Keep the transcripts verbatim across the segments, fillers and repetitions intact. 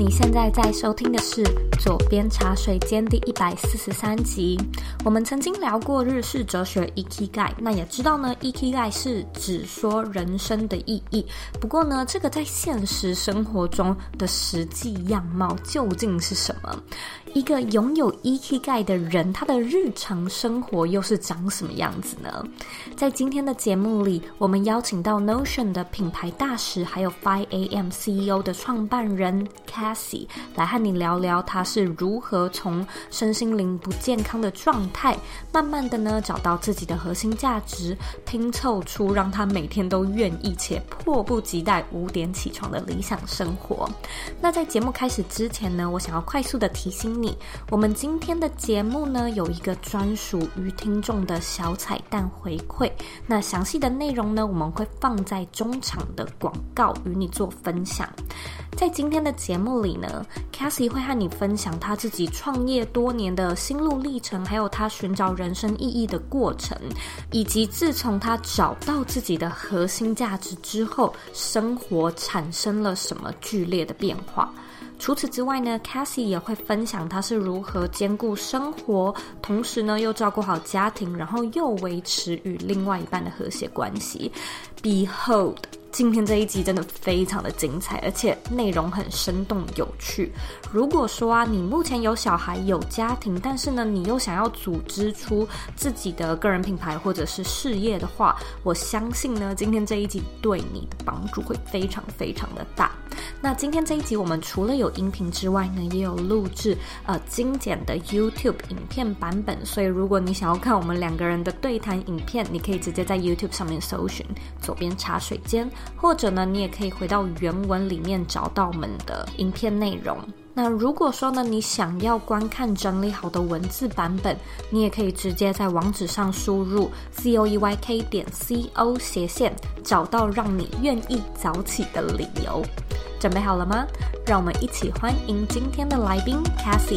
你现在在收听的是左边茶水间第一百四十三集。我们曾经聊过日式哲学 Ikigai， 那也知道呢 Ikigai 是指说人生的意义。不过呢，这个在现实生活中的实际样貌究竟是什么？一个拥有 Ikigai 的人，他的日常生活又是长什么样子呢？在今天的节目里，我们邀请到 Notion 的品牌大使，还有 five A M C E O 的创办人 Cassie 来和你聊聊他是如何从身心灵不健康的状态，慢慢的呢找到自己的核心价值，拼凑出让他每天都愿意且迫不及待五点起床的理想生活。那在节目开始之前呢，我想要快速的提醒你，我们今天的节目呢有一个专属于听众的小彩蛋回馈，那详细的内容呢我们会放在中场的广告与你做分享。在今天的节目里呢， Cassie 会和你分享他自己创业多年的心路历程，还有他寻找人生意义的过程，以及自从他找到自己的核心价值之后，生活产生了什么剧烈的变化。除此之外呢， Cassie 也会分享她是如何兼顾生活，同时呢又照顾好家庭，然后又维持与另外一半的和谐关系。 Behold， 今天这一集真的非常的精彩，而且内容很生动有趣。如果说啊，你目前有小孩有家庭，但是呢你又想要组织出自己的个人品牌或者是事业的话，我相信呢今天这一集对你的帮助会非常非常的大。那今天这一集我们除了有音频之外呢，也有录制呃精简的 YouTube 影片版本，所以如果你想要看我们两个人的对谈影片，你可以直接在 YouTube 上面搜寻左边茶水间，或者呢你也可以回到原文里面找到我们的影片内容。那如果说呢你想要观看整理好的文字版本，你也可以直接在网址上输入 zoeyk 点 co 斜线，找到让你愿意早起的理由。准备好了吗？让我们一起欢迎今天的来宾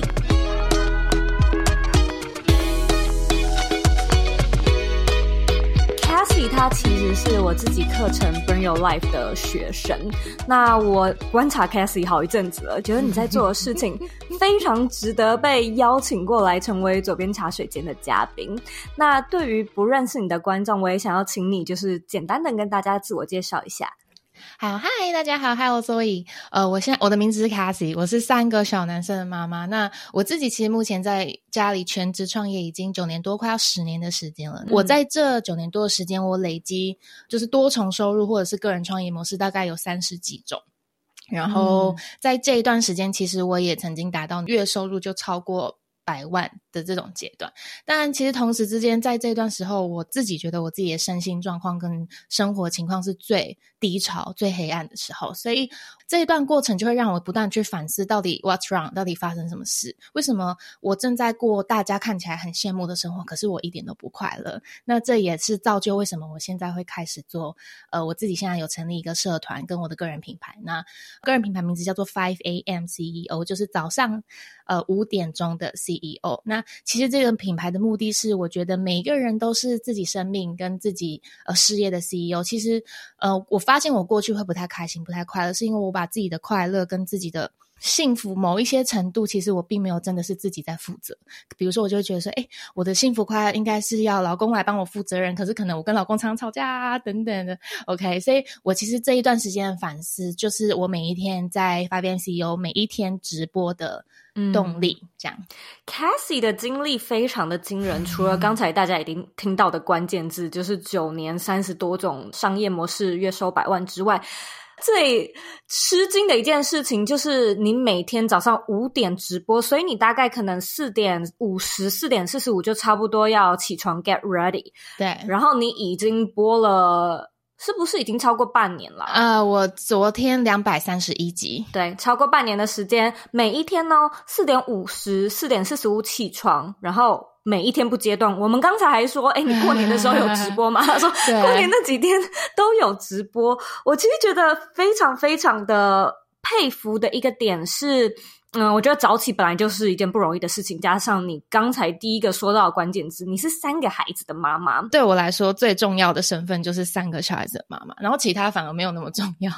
Cassie。Cassie 她其实是我自己课程 Bring Your Life 的学生，那我观察 Cassie 好一阵子了，觉得你在做的事情非常值得被邀请过来成为左边茶水间的嘉宾。那对于不认识你的观众，我也想要请你就是简单的跟大家自我介绍一下。 好，嗨，大家好，嗨，我 Zoe， 呃，我现在我的名字是 Cassie， 我是三个小男生的妈妈。那我自己其实目前在家里全职创业已经九年多，快要十年的时间了。嗯、我在这九年多的时间，我累积就是多重收入或者是个人创业模式，大概有三十几种。然后在这一段时间，其实我也曾经达到月收入就超过百万的这种阶段。当然其实同时之间在这段时候，我自己觉得我自己的身心状况跟生活情况是最低潮最黑暗的时候，所以这一段过程就会让我不断去反思到底 what's wrong， 到底发生什么事，为什么我正在过大家看起来很羡慕的生活，可是我一点都不快乐。那这也是造就为什么我现在会开始做呃，我自己现在有成立一个社团跟我的个人品牌，那个人品牌名字叫做 five A M C E O， 就是早上呃五点钟的 C E O。 那其实这个品牌的目的是我觉得每一个人都是自己生命跟自己呃事业的 C E O。 其实呃我发现我过去会不太开心不太快乐，是因为我把自己的快乐跟自己的幸福某一些程度，其实我并没有真的是自己在负责。比如说我就会觉得说诶我的幸福快乐应该是要老公来帮我负责任，可是可能我跟老公常常吵架啊等等的 OK。 所以我其实这一段时间的反思就是我每一天在five A M C E O 每一天直播的动力、嗯、这样。 Cassie 的经历非常的惊人，除了刚才大家已经听到的关键字就是九年三十多种商业模式月收百万之外，最吃惊的一件事情就是你每天早上五点直播，所以你大概可能四点五十四点四十五就差不多要起床 get ready。 对， 然后你已经播了是不是已经超过半年了？ 呃，我昨天两百三十一集。 对，超过半年的时间，每一天呢四点五十四点四十五起床，然后每一天不间断。我们刚才还说诶你过年的时候有直播吗？他说过年那几天都有直播。我其实觉得非常非常的佩服的一个点是嗯，我觉得早起本来就是一件不容易的事情，加上你刚才第一个说到的关键字，你是三个孩子的妈妈。 对我来说最重要的身份就是三个小孩子的妈妈，然后其他反而没有那么重要。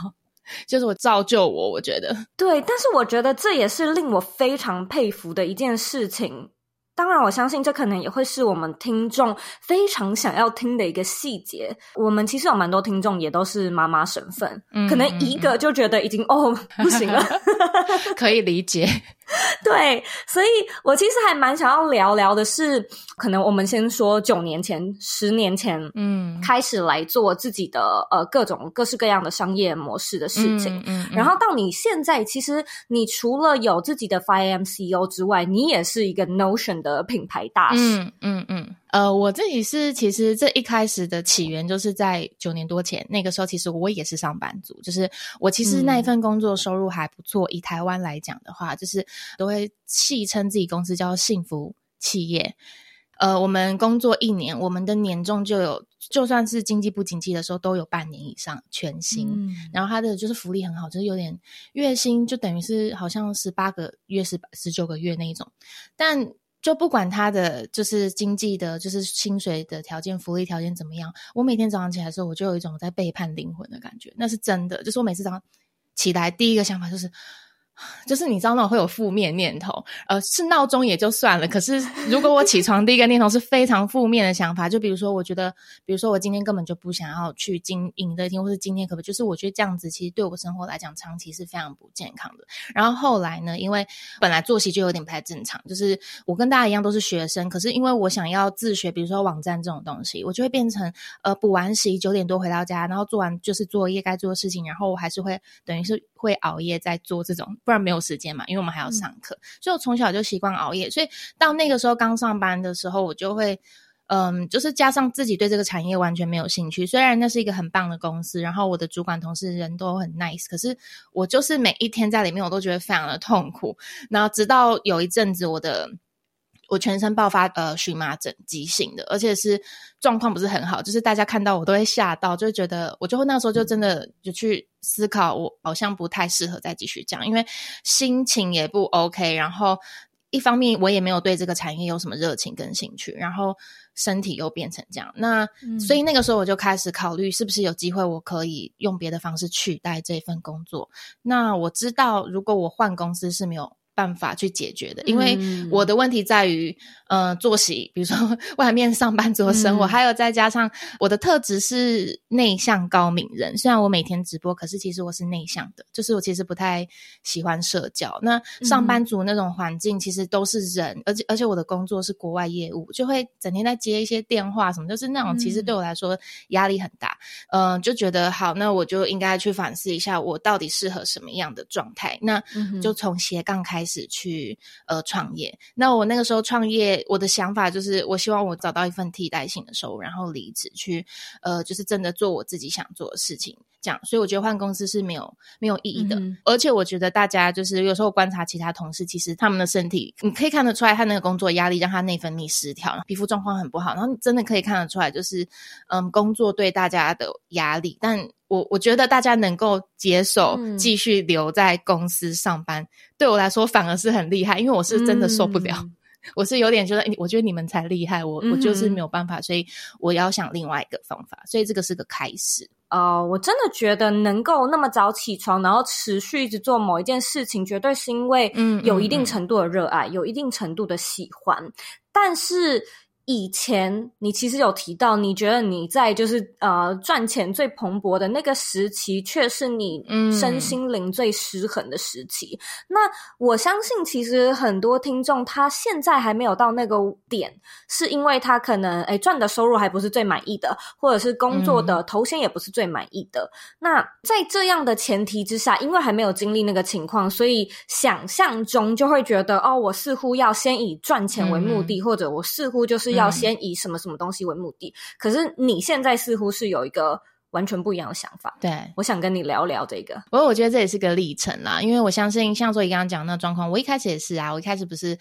就是我造就我我觉得对，但是我觉得这也是令我非常佩服的一件事情。当然我相信这可能也会是我们听众非常想要听的一个细节。我们其实有蛮多听众也都是妈妈身份，嗯，可能一个就觉得已经、嗯、哦不行了可以理解。 对，所以我其实还蛮想要聊聊的是，可能我们先说九年前十年前嗯，开始来做自己的呃各种各式各样的商业模式的事情、嗯嗯嗯、然后到你现在，其实你除了有自己的 five A M C E O 之外，你也是一个 Notion 的品牌大使。 嗯嗯嗯呃，我自己是其实这一开始的起源就是在九年多前，那个时候其实我也是上班族，就是我其实那一份工作收入还不错、嗯、以台湾来讲的话，就是都会戏称自己公司叫幸福企业。呃，我们工作一年，我们的年终就有，就算是经济不景气的时候都有半年以上全薪、嗯、然后它的就是福利很好，就是有点月薪就等于是好像十八个月十九个月那一种，但就不管他的就是经济的就是薪水的条件福利条件怎么样，我每天早上起来的时候我就有一种在背叛灵魂的感觉，那是真的，就是我每次早上起来第一个想法就是就是你知道那种会有负面念头，呃，是闹钟也就算了，可是如果我起床第一个念头是非常负面的想法，就比如说我觉得比如说我今天根本就不想要去经营的天，或是今天可不可以，就是我觉得这样子其实对我生活来讲长期是非常不健康的。然后后来呢，因为本来作息就有点不太正常，就是我跟大家一样都是学生，可是因为我想要自学，比如说网站这种东西，我就会变成呃补完习九点多回到家，然后做完就是作业该做的事情，然后我还是会等于是会熬夜在做这种，不然没有时间嘛，因为我们还要上课、嗯、所以我从小就习惯熬夜，所以到那个时候刚上班的时候我就会嗯，就是加上自己对这个产业完全没有兴趣，虽然那是一个很棒的公司，然后我的主管同事人都很 nice， 可是我就是每一天在里面我都觉得非常的痛苦，然后直到有一阵子我的我全身爆发呃荨麻疹，急性的，而且是状况不是很好，就是大家看到我都会吓到，就会觉得我就会那时候就真的就去思考，我好像不太适合再继续这样，因为心情也不 OK， 然后一方面我也没有对这个产业有什么热情跟兴趣，然后身体又变成这样，那、嗯、所以那个时候我就开始考虑是不是有机会我可以用别的方式取代这份工作。那我知道如果我换公司是没有办法去解决的，因为我的问题在于呃作息，比如说外面上班族的生活、嗯、还有再加上我的特质是内向高敏人，虽然我每天直播，可是其实我是内向的，就是我其实不太喜欢社交，那上班族那种环境其实都是人、嗯、而且而且我的工作是国外业务，就会整天在接一些电话什么，就是那种其实对我来说压力很大，嗯、呃，就觉得好，那我就应该去反思一下我到底适合什么样的状态，那就从斜杠开始开始去呃创业。那我那个时候创业，我的想法就是我希望我找到一份替代性的收入，然后离职去呃就是真的做我自己想做的事情，这样。所以我觉得换公司是没有没有意义的、嗯、而且我觉得大家就是有时候观察其他同事，其实他们的身体你可以看得出来，他那个工作压力让他内分泌失调，皮肤状况很不好，然后你真的可以看得出来就是嗯工作对大家的压力，但我我觉得大家能够接受继续留在公司上班、嗯、对我来说反而是很厉害，因为我是真的受不了、嗯、我是有点觉得我觉得你们才厉害，我、嗯、我就是没有办法，所以我要想另外一个方法，所以这个是个开始。 呃，我真的觉得能够那么早起床，然后持续一直做某一件事情，绝对是因为有一定程度的热爱、嗯嗯嗯、有一定程度的喜欢。但是以前你其实有提到你觉得你在就是呃赚钱最蓬勃的那个时期却是你身心灵最失衡的时期、嗯、那我相信其实很多听众他现在还没有到那个点，是因为他可能诶赚的收入还不是最满意的，或者是工作的头衔也不是最满意的、嗯、那在这样的前提之下，因为还没有经历那个情况，所以想象中就会觉得哦，我似乎要先以赚钱为目的、嗯、或者我似乎就是要先以什么什么东西为目的、嗯、可是你现在似乎是有一个完全不一样的想法。 对， 我想跟你聊聊这个。 我我觉得这也是个历程啦，因为我相信像所以刚刚讲的那状况，我一开始也是啊，我一开始不是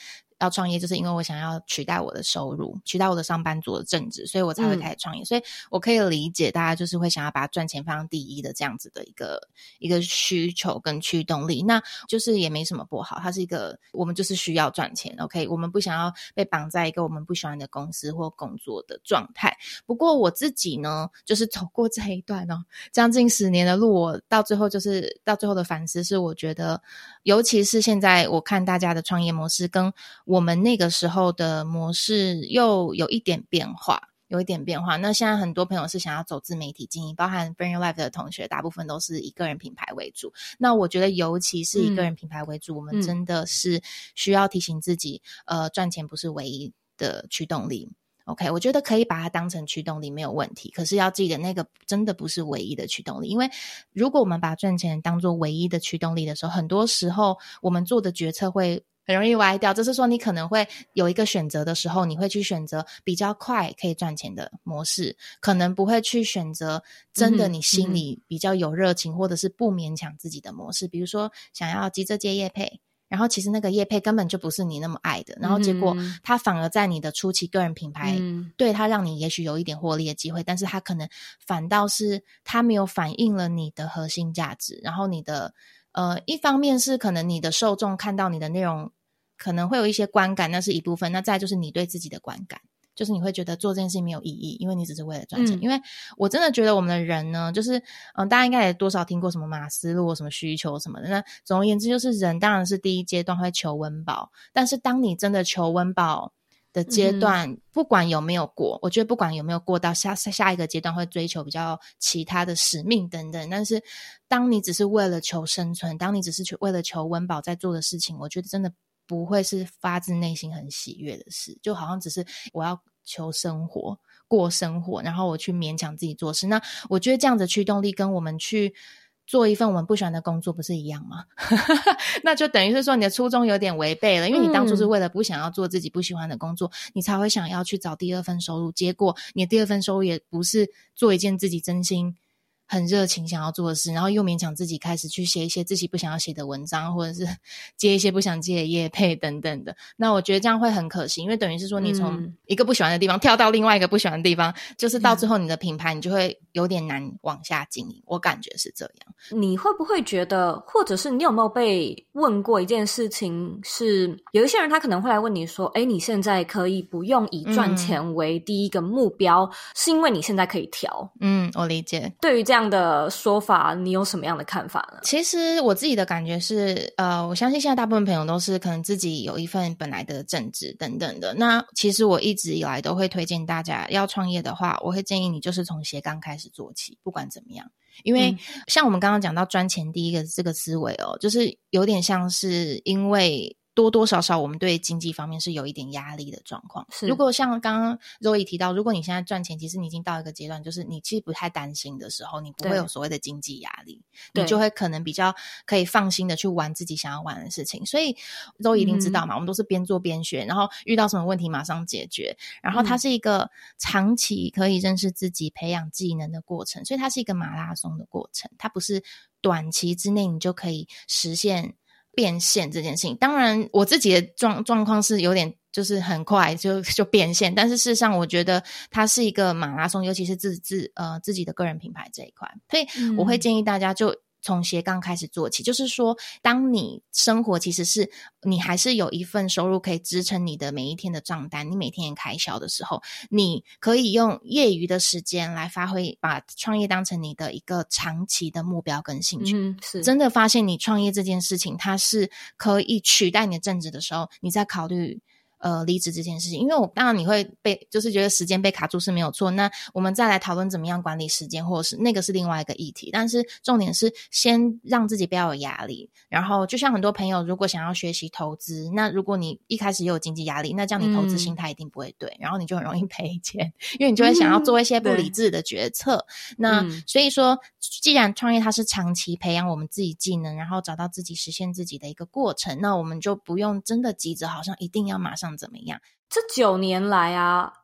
要创业，就是因为我想要取代我的收入，取代我的上班族的正职，所以我才会开始创业、嗯、所以我可以理解大家就是会想要把赚钱放第一的这样子的一个一个需求跟驱动力，那就是也没什么不好，它是一个我们就是需要赚钱 OK， 我们不想要被绑在一个我们不喜欢的公司或工作的状态。不过我自己呢就是走过这一段哦，将近十年的路，我到最后就是到最后的反思是，我觉得尤其是现在我看大家的创业模式跟我们那个时候的模式又有一点变化有一点变化。那现在很多朋友是想要走自媒体经营，包含 Brand Your Life 的同学大部分都是以个人品牌为主，那我觉得尤其是以个人品牌为主、嗯、我们真的是需要提醒自己呃，赚钱不是唯一的驱动力。OK， 我觉得可以把它当成驱动力没有问题，可是要记得那个真的不是唯一的驱动力，因为如果我们把赚钱当作唯一的驱动力的时候，很多时候我们做的决策会很容易歪掉，就是说你可能会有一个选择的时候，你会去选择比较快可以赚钱的模式，可能不会去选择真的你心里比较有热情、嗯、或者是不勉强自己的模式，比如说想要急着接业配，然后其实那个业配根本就不是你那么爱的，然后结果它反而在你的初期个人品牌、嗯、对它让你也许有一点获利的机会，但是它可能反倒是它没有反映了你的核心价值，然后你的呃，一方面是可能你的受众看到你的内容可能会有一些观感，那是一部分，那再就是你对自己的观感，就是你会觉得做这件事情没有意义，因为你只是为了赚钱、嗯、因为我真的觉得我们的人呢就是嗯，大家应该也多少听过什么马斯洛什么需求什么的，那总而言之就是人当然是第一阶段会求温饱，但是当你真的求温饱的阶段、嗯、不管有没有过，我觉得不管有没有过到下下一个阶段会追求比较其他的使命等等，但是当你只是为了求生存，当你只是为了求温饱在做的事情，我觉得真的不会是发自内心很喜悦的事，就好像只是我要求生活过生活，然后我去勉强自己做事，那我觉得这样的驱动力跟我们去做一份我们不喜欢的工作不是一样吗？那就等于是说你的初衷有点违背了，因为你当初是为了不想要做自己不喜欢的工作、嗯、你才会想要去找第二份收入，结果你的第二份收入也不是做一件自己真心很热情想要做的事，然后又勉强自己开始去写一些自己不想要写的文章，或者是接一些不想接的业配等等的，那我觉得这样会很可惜，因为等于是说你从一个不喜欢的地方跳到另外一个不喜欢的地方、嗯、就是到最后你的品牌你就会有点难往下经营，我感觉是这样。 你会不会觉得，或者是你有没有被问过一件事情，是有一些人他可能会来问你说，诶，你现在可以不用以赚钱为第一个目标、嗯、是因为你现在可以调。 嗯，我理解。 对于这样的说法你有什么样的看法呢？ 其实我自己的感觉是呃，我相信现在大部分朋友都是可能自己有一份本来的正职等等的，那其实我一直以来都会推荐大家要创业的话，我会建议你就是从斜杠开始做起，不管怎么样，因为像我们刚刚讲到赚钱第一个这个思维哦，就是有点像是因为多多少少我们对经济方面是有一点压力的状况。如果像刚刚 Zoe 提到，如果你现在赚钱，其实你已经到一个阶段，就是你其实不太担心的时候，你不会有所谓的经济压力，你就会可能比较可以放心的去玩自己想要玩的事情。所以 Zoe 一定知道嘛、嗯、我们都是边做边学，然后遇到什么问题马上解决，然后它是一个长期可以认识自己培养技能的过程，所以它是一个马拉松的过程，它不是短期之内你就可以实现变现这件事情。当然我自己的状状况是有点就是很快就就变现，但是事实上我觉得它是一个马拉松，尤其是自自呃自己的个人品牌这一块，所以我会建议大家就从斜杠开始做起，就是说当你生活其实是你还是有一份收入可以支撑你的每一天的账单，你每天的开销的时候，你可以用业余的时间来发挥，把创业当成你的一个长期的目标跟兴趣、嗯、是真的发现你创业这件事情它是可以取代你的正职的时候，你再考虑呃，离职这件事情。因为我当然你会被就是觉得时间被卡住是没有错，那我们再来讨论怎么样管理时间，或者是那个是另外一个议题，但是重点是先让自己不要有压力。然后就像很多朋友如果想要学习投资，那如果你一开始也有经济压力，那这样你投资心态一定不会对、嗯、然后你就很容易赔钱，因为你就会想要做一些不理智的决策、嗯、那所以说既然创业它是长期培养我们自己技能，然后找到自己实现自己的一个过程，那我们就不用真的急着好像一定要马上怎么样。 这九年来啊，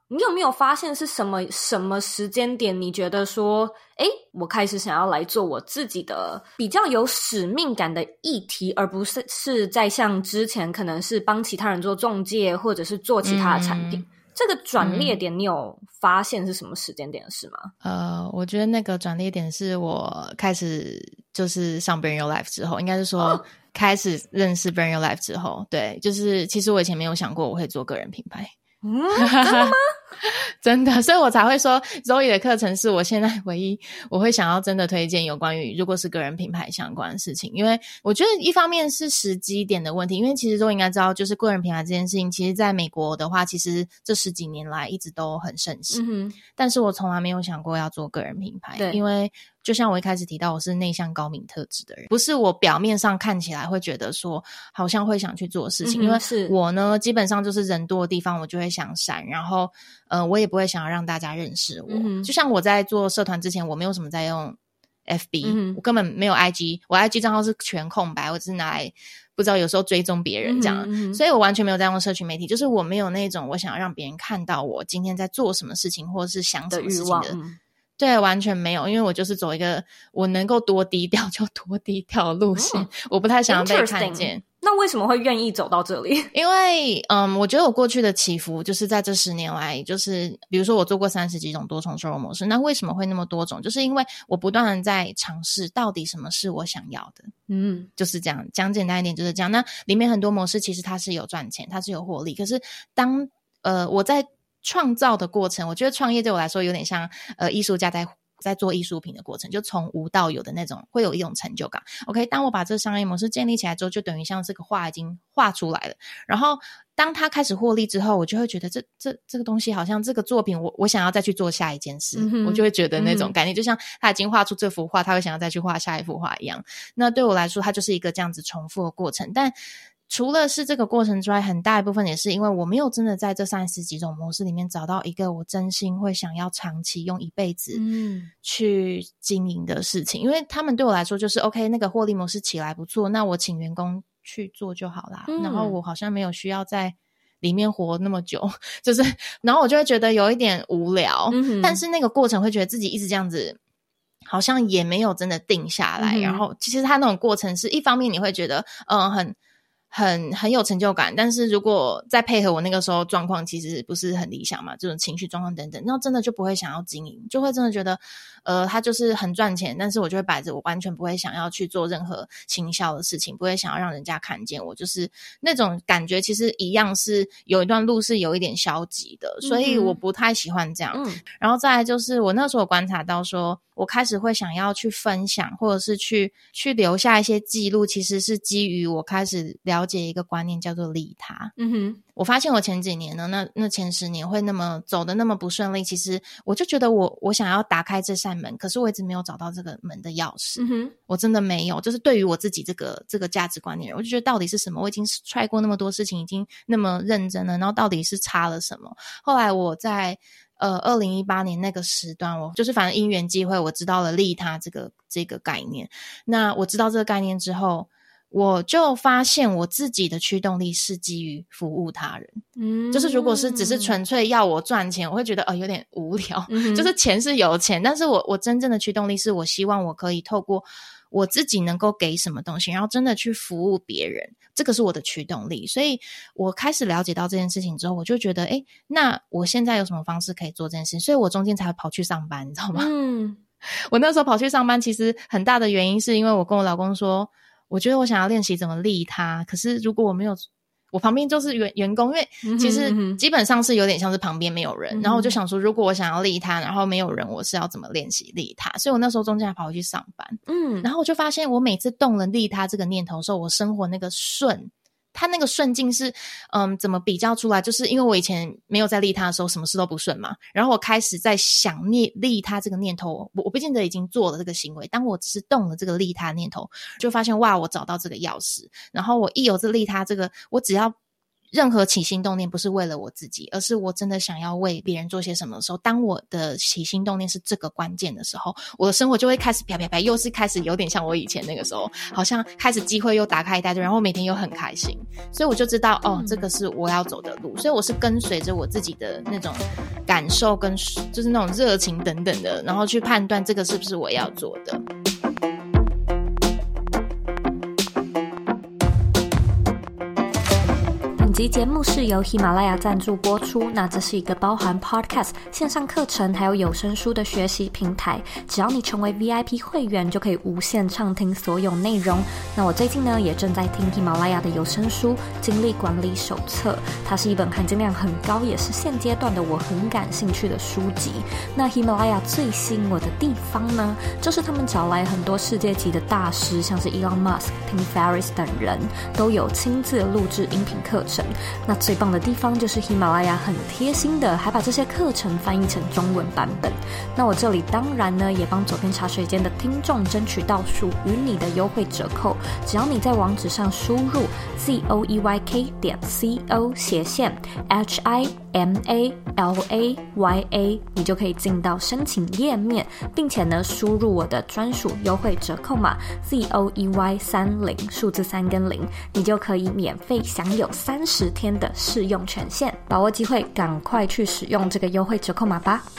你有没有发现是什么什么时间点你觉得说诶我开始想要来做我自己的比较有使命感的议题，而不是是在像之前可能是帮其他人做中介或者是做其他的产品、嗯、这个转捩点你有发现是什么时间点的事吗？ 呃，我觉得那个转捩点是我开始就是上 Brand Your Life 之后，应该是说、哦、开始认识 Brand Your Life 之后，对，就是其实我以前没有想过我会做个人品牌。 嗯，真的吗？ 真的，所以我才会说 Zoe 的课程是我现在唯一我会想要真的推荐有关于如果是个人品牌相关的事情，因为我觉得一方面是时机点的问题，因为其实都应该知道就是个人品牌这件事情其实在美国的话其实这十几年来一直都很盛行、嗯、但是我从来没有想过要做个人品牌，对，因为就像我一开始提到我是内向高敏特质的人，不是我表面上看起来会觉得说好像会想去做事情、嗯、因为是我呢基本上就是人多的地方我就会想闪，然后呃，我也不会想要让大家认识我、嗯、就像我在做社团之前我没有什么在用 F B、嗯、我根本没有 I G， 我 I G 账号是全空白，我只是拿来不知道有时候追踪别人这样、嗯、所以我完全没有在用社群媒体，就是我没有那种我想要让别人看到我今天在做什么事情或是想什么事情的对，完全没有，因为我就是走一个我能够多低调就多低调的路线、嗯、我不太想要被看见。 那为什么会愿意走到这里？ 因为嗯，我觉得我过去的起伏就是在这十年来，就是比如说我做过三十几种多重收入模式，那为什么会那么多种？就是因为我不断的在尝试到底什么是我想要的。嗯，就是这样，讲简单一点就是这样。那里面很多模式其实它是有赚钱，它是有获利，可是当呃我在创造的过程，我觉得创业对我来说有点像呃艺术家在在做艺术品的过程，就从无到有的那种，会有一种成就感。 OK， 当我把这个商业模式建立起来之后，就等于像这个画已经画出来了，然后当它开始获利之后，我就会觉得这这这个东西好像这个作品我我想要再去做下一件事、嗯、我就会觉得那种概念、嗯、就像他已经画出这幅画，他会想要再去画下一幅画一样。那对我来说它就是一个这样子重复的过程，但除了是这个过程之外，很大一部分也是因为我没有真的在这三十几种模式里面找到一个我真心会想要长期用一辈子去经营的事情、嗯、因为他们对我来说就是 OK 那个获利模式起来不错，那我请员工去做就好啦、嗯、然后我好像没有需要在里面活那么久，就是然后我就会觉得有一点无聊、嗯、但是那个过程会觉得自己一直这样子好像也没有真的定下来、嗯、然后其实他那种过程是一方面你会觉得嗯很很很有成就感，但是如果再配合我那个时候状况其实不是很理想嘛，这种情绪状况等等，那真的就不会想要经营，就会真的觉得呃，它就是很赚钱，但是我就会摆着，我完全不会想要去做任何行销的事情，不会想要让人家看见我，就是那种感觉其实一样是有一段路是有一点消极的，所以我不太喜欢这样、嗯、然后再来就是我那时候观察到说我开始会想要去分享或者是去去留下一些记录，其实是基于我开始了解一个观念叫做利他。嗯哼，我发现我前几年呢，那那前十年会那么走的那么不顺利，其实我就觉得我我想要打开这扇门，可是我一直没有找到这个门的钥匙。嗯哼，我真的没有，就是对于我自己这个这个价值观念，我就觉得到底是什么？我已经try过那么多事情，已经那么认真了，然后到底是差了什么？后来我在呃二零一八年那个时段，我就是反正因缘际会我知道了利他这个这个概念。那我知道这个概念之后，我就发现我自己的驱动力是基于服务他人。嗯，就是如果是只是纯粹要我赚钱，我会觉得呃有点无聊。嗯，就是钱是有钱，但是我我真正的驱动力是我希望我可以透过我自己能够给什么东西，然后真的去服务别人，这个是我的驱动力。所以我开始了解到这件事情之后，我就觉得诶，那我现在有什么方式可以做这件事情，所以我中间才跑去上班，你知道吗？嗯，我那时候跑去上班其实很大的原因是因为我跟我老公说，我觉得我想要练习怎么利他，可是如果我没有我旁边就是员员工，因为其实基本上是有点像是旁边没有人、嗯、然后我就想说如果我想要利他然后没有人，我是要怎么练习利他，所以我那时候中间还跑回去上班。嗯，然后我就发现我每次动了利他这个念头的时候，我生活那个顺他那个顺境是嗯，怎么比较出来，就是因为我以前没有在利他的时候什么事都不顺嘛，然后我开始在想念利他这个念头，我我不见得已经做了这个行为，当我只是动了这个利他念头，就发现哇我找到这个钥匙，然后我一有这利他这个，我只要任何起心动念不是为了我自己，而是我真的想要为别人做些什么的时候，当我的起心动念是这个关键的时候，我的生活就会开始啪啪啪，又是开始有点像我以前那个时候，好像开始机会又打开一大堆，然后每天又很开心，所以我就知道哦，这个是我要走的路，所以我是跟随着我自己的那种感受跟就是那种热情等等的，然后去判断这个是不是我要做的。 本集节目是由喜马拉雅赞助播出，那这是一个包含 podcast 线上课程还有有声书的学习平台，只要你成为 V I P 会员就可以无限畅听所有内容。那我最近呢也正在听喜马拉雅的有声书精力管理手册，它是一本含金量很高也是现阶段的我很感兴趣的书籍。那喜马拉雅最吸引我的地方呢，就是他们找来很多世界级的大师，像是 Elon Musk、Tim Ferriss 等人都有亲自录制音频课程。那最棒的地方就是喜马拉雅很贴心的还把这些课程翻译成中文版本。那我这里当然呢也帮左边茶水间的听众争取到属于你的优惠折扣，只要你在网址上输入 zoeyk 点 co 斜线 h i m a l a y a， 你就可以进到申请页面，并且呢输入我的专属优惠折扣码 Z O E Y 三十 数字三跟零，你就可以免费享有三十天的试用权限，把握机会赶快去使用这个优惠折扣码吧。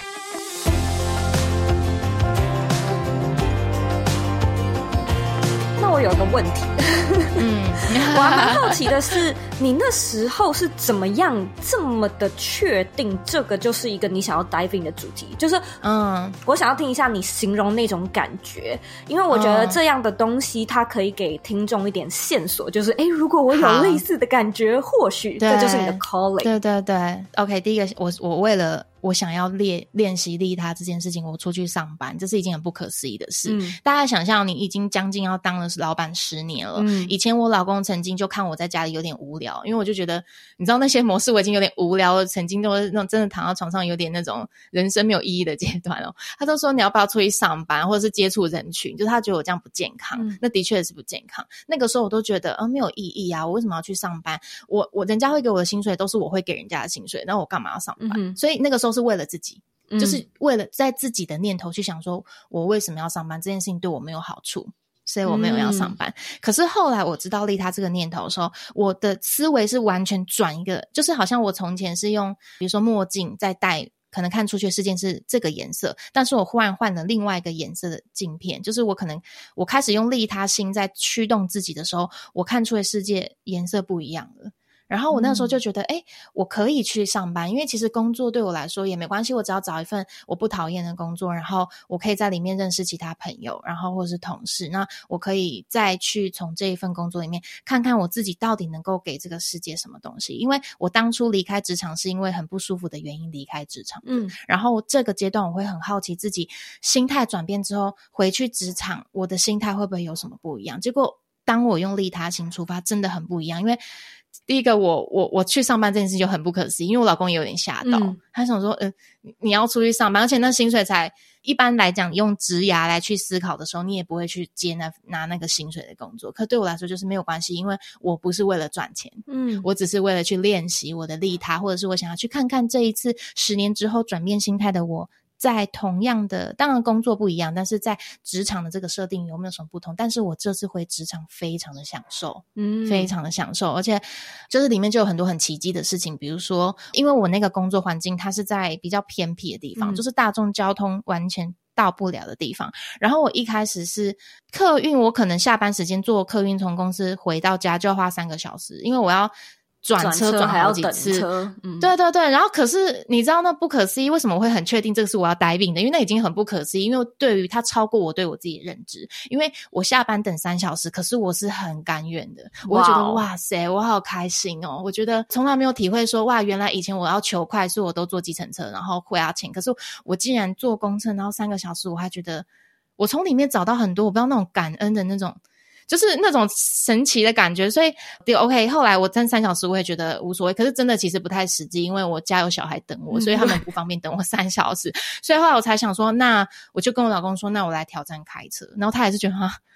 那我有个问题嗯，我还蛮好奇的是你那时候是怎么样这么的确定这个就是一个你想要 dive in 的主题，就是嗯，我想要听一下你形容那种感觉，因为我觉得这样的东西它可以给听众一点线索，就是诶如果我有类似的感觉或许这就是你的 calling。 对对对 OK， 第一个我我为了我想要练练习利他这件事情，我出去上班，这是一件很不可思议的事。嗯、大家想象你已经将近要当了老板十年了、嗯。以前我老公曾经就看我在家里有点无聊，因为我就觉得你知道那些模式我已经有点无聊了，曾经都是那种真的躺到床上有点那种人生没有意义的阶段哦。他都说你要不要出去上班，或者是接触人群，就是他觉得我这样不健康。嗯、那的确是不健康。那个时候我都觉得呃没有意义啊，我为什么要去上班？我我人家会给我的薪水都是我会给人家的薪水，那我干嘛要上班？嗯、所以那个时候是为了自己，就是为了在自己的念头去想说我为什么要上班，这件事情对我没有好处，所以我没有要上班、嗯、可是后来我知道利他这个念头的时候，我的思维是完全转一个，就是好像我从前是用比如说墨镜在戴，可能看出去的事件是这个颜色，但是我忽然换了另外一个颜色的镜片，就是我可能我开始用利他心在驱动自己的时候，我看出的世界颜色不一样了。然后我那时候就觉得诶、嗯、我可以去上班，因为其实工作对我来说也没关系，我只要找一份我不讨厌的工作，然后我可以在里面认识其他朋友，然后或是同事，那我可以再去从这一份工作里面看看我自己到底能够给这个世界什么东西。因为我当初离开职场是因为很不舒服的原因离开职场，嗯，然后这个阶段我会很好奇自己心态转变之后回去职场我的心态会不会有什么不一样。结果当我用利他心出发真的很不一样。因为第一个我我我去上班这件事就很不可思议，因为我老公也有点吓到、嗯、他想说呃你要出去上班，而且那薪水才一般来讲用职涯来去思考的时候你也不会去接那拿那个薪水的工作，可对我来说就是没有关系，因为我不是为了赚钱，嗯，我只是为了去练习我的利他，或者是我想要去看看这一次十年之后转变心态的我在同样的，当然工作不一样，但是在职场的这个设定有没有什么不同，但是我这次回职场非常的享受，嗯，非常的享受，而且就是里面就有很多很奇迹的事情，比如说因为我那个工作环境它是在比较偏僻的地方、嗯、就是大众交通完全到不了的地方，然后我一开始是客运，我可能下班时间坐客运从公司回到家就要花三个小时，因为我要转车转好几次，嗯、对对对，然后可是你知道那不可思议，为什么我会很确定这个是我要 dive in 的？因为那已经很不可思议，因为对于它超过我对我自己的认知。因为我下班等三小时，可是我是很甘愿的，我会觉得哇塞，我好开心哦！我觉得从来没有体会说哇，原来以前我要求快，所以我都坐计程车，然后会要钱，可是我竟然坐公车，然后三个小时，我还觉得我从里面找到很多我不知道那种感恩的那种。就是那种神奇的感觉，所以 OK 后来我站三小时我也觉得无所谓，可是真的其实不太实际，因为我家有小孩等我，所以他们不方便等我三小时，所以后来我才想说那我就跟我老公说那我来挑战开车，然后他也是觉得哈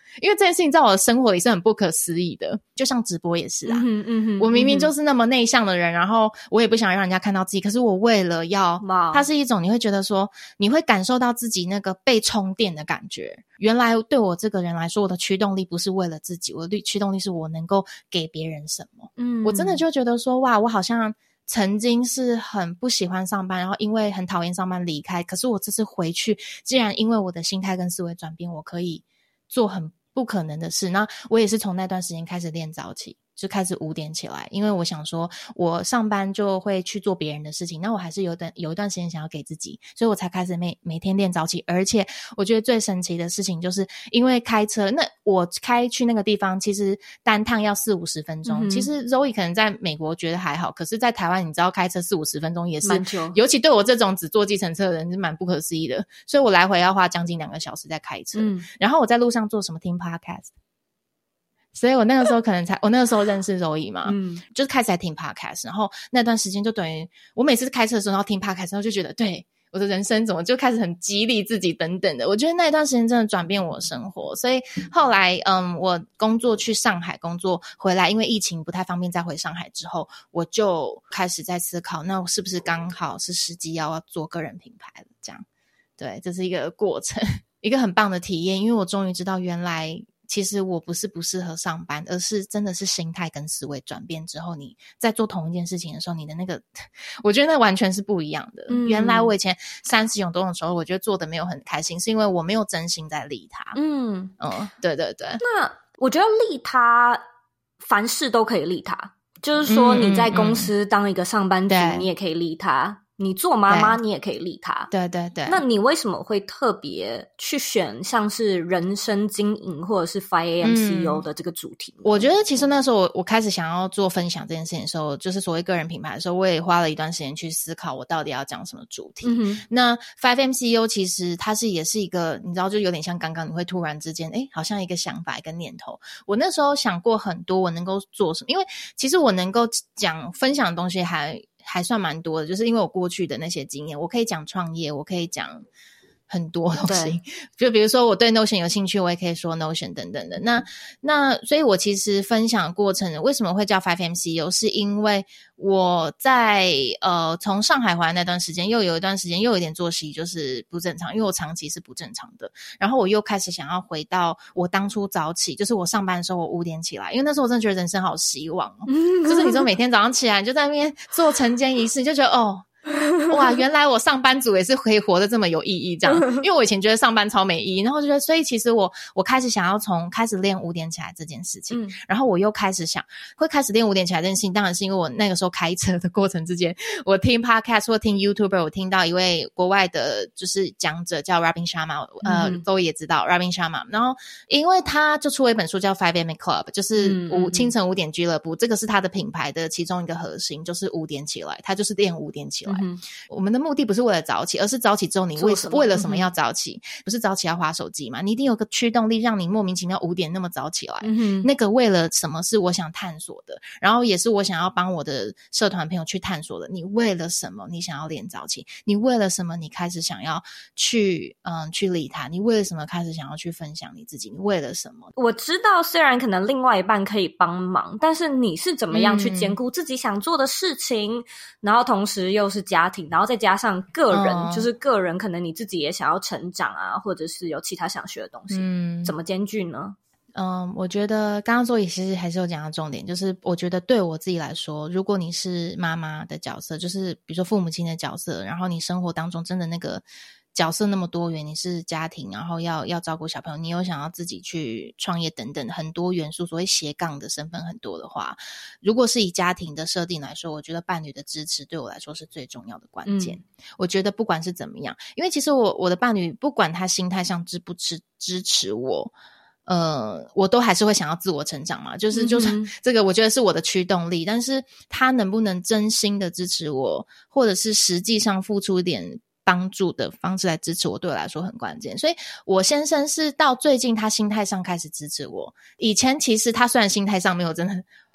因为这件事情在我的生活里是很不可思议的，就像直播也是啊， 嗯嗯嗯， 我明明就是那么内向的人，然后我也不想让人家看到自己，可是我为了要，它是一种你会觉得说，你会感受到自己那个被充电的感觉。原来对我这个人来说，我的驱动力不是为了自己，我的驱动力是我能够给别人什么。嗯，我真的就觉得说，哇，我好像曾经是很不喜欢上班，然后因为很讨厌上班离开，可是我这次回去，既然因为我的心态跟思维转变，我可以做很不可能的事。那我也是从那段时间开始练早起，就开始五点起来，因为我想说我上班就会去做别人的事情，那我还是有段有一段时间想要给自己，所以我才开始每每天练早起。而且我觉得最神奇的事情就是因为开车，那我开去那个地方其实单趟要四五十分钟、嗯、其实 Zoe 可能在美国觉得还好，可是在台湾你知道开车四五十分钟也是蛮久，尤其对我这种只坐计程车的人是蛮不可思议的，所以我来回要花将近两个小时在开车、嗯、然后我在路上做什么，听 podcast，所以我那个时候可能才我那个时候认识Zoe嘛，嗯，就是开始在听 podcast， 然后那段时间就等于我每次开车的时候然后听 podcast， 然后就觉得对我的人生怎么就开始很激励自己等等的，我觉得那一段时间真的转变我的生活。所以后来嗯，我工作去上海工作回来，因为疫情不太方便再回上海之后，我就开始在思考，那我是不是刚好是时机要做个人品牌了，这样。对，这是一个过程，一个很棒的体验，因为我终于知道原来其实我不是不适合上班，而是真的是心态跟思维转变之后，你在做同一件事情的时候，你的那个我觉得那完全是不一样的、嗯、原来我以前三十有多的时候我觉得做的没有很开心，是因为我没有真心在利他。嗯嗯，对对对。 那我觉得利他凡事都可以利他，就是说你在公司当一个上班族、嗯、你也可以利他，你做妈妈你也可以利他。 对对对。 那你为什么会特别去选像是人生经营或者是 five A M C E O 的这个主题、嗯、 我觉得其实那时候 我, 我开始想要做分享这件事情的时候，就是所谓个人品牌的时候，我也花了一段时间去思考我到底要讲什么主题、嗯、那 five A M C E O 其实它是也是一个你知道就有点像刚刚你会突然之间诶好像一个想法一个念头。我那时候想过很多我能够做什么，因为其实我能够讲分享的东西还还算蛮多的，就是因为我过去的那些经验，我可以讲创业，我可以讲很多东西，就比如说我对 Notion 有兴趣，我也可以说 Notion 等等的。那那所以我其实分享的过程为什么会叫 five A M C E O， 是因为我在呃从上海回来那段时间，又有一段时间又有一点作息就是不正常，因为我长期是不正常的，然后我又开始想要回到我当初早起，就是我上班的时候我五点起来，因为那时候我真的觉得人生好希望哦，就是你说每天早上起来你就在那边做晨间仪式，你就觉得哦哇，原来我上班族也是可以活得这么有意义这样，因为我以前觉得上班超没意义，然后就觉得所以其实我我开始想要从开始练五点起来这件事情、嗯、然后我又开始想会开始练五点起来这件事情，当然是因为我那个时候开车的过程之间，我听 podcast 或听 YouTuber， 我听到一位国外的就是讲者叫 Robin Sharma， 呃，都、嗯、也知道 Robin Sharma， 然后因为他就出了一本书叫 five A M Club， 就是五、嗯、清晨五点俱乐部，这个是他的品牌的其中一个核心，就是五点起来，他就是练五点起来、嗯、我们的目的不是为了早起，而是早起之后你为什么为了什么要早起、嗯、不是早起要滑手机嘛，你一定有个驱动力让你莫名其妙五点那么早起来、嗯、那个为了什么是我想探索的，然后也是我想要帮我的社团朋友去探索的。你为了什么你想要练早起，你为了什么你开始想要去嗯去利他，你为了什么开始想要去分享你自己，你为了什么。我知道虽然可能另外一半可以帮忙，但是你是怎么样去兼顾自己想做的事情、嗯、然后同时又是家庭，然后再加上个人、哦、就是个人可能你自己也想要成长啊，或者是有其他想学的东西、嗯、怎么兼具呢？嗯，我觉得刚刚Zoe其实还是有讲到重点，就是我觉得对我自己来说，如果你是妈妈的角色，就是比如说父母亲的角色，然后你生活当中真的那个角色那么多元，你是家庭，然后要要照顾小朋友，你有想要自己去创业等等很多元素，所谓斜杠的身份很多的话，如果是以家庭的设定来说，我觉得伴侣的支持对我来说是最重要的关键、嗯、我觉得不管是怎么样，因为其实我我的伴侣不管他心态上支不支支持我，呃，我都还是会想要自我成长嘛，就是就是、嗯、这个我觉得是我的驱动力，但是他能不能真心的支持我，或者是实际上付出一点帮助的方式来支持我，对我来说很关键。所以我先生是到最近他心态上开始支持我，以前其实他虽然心态上没有真的，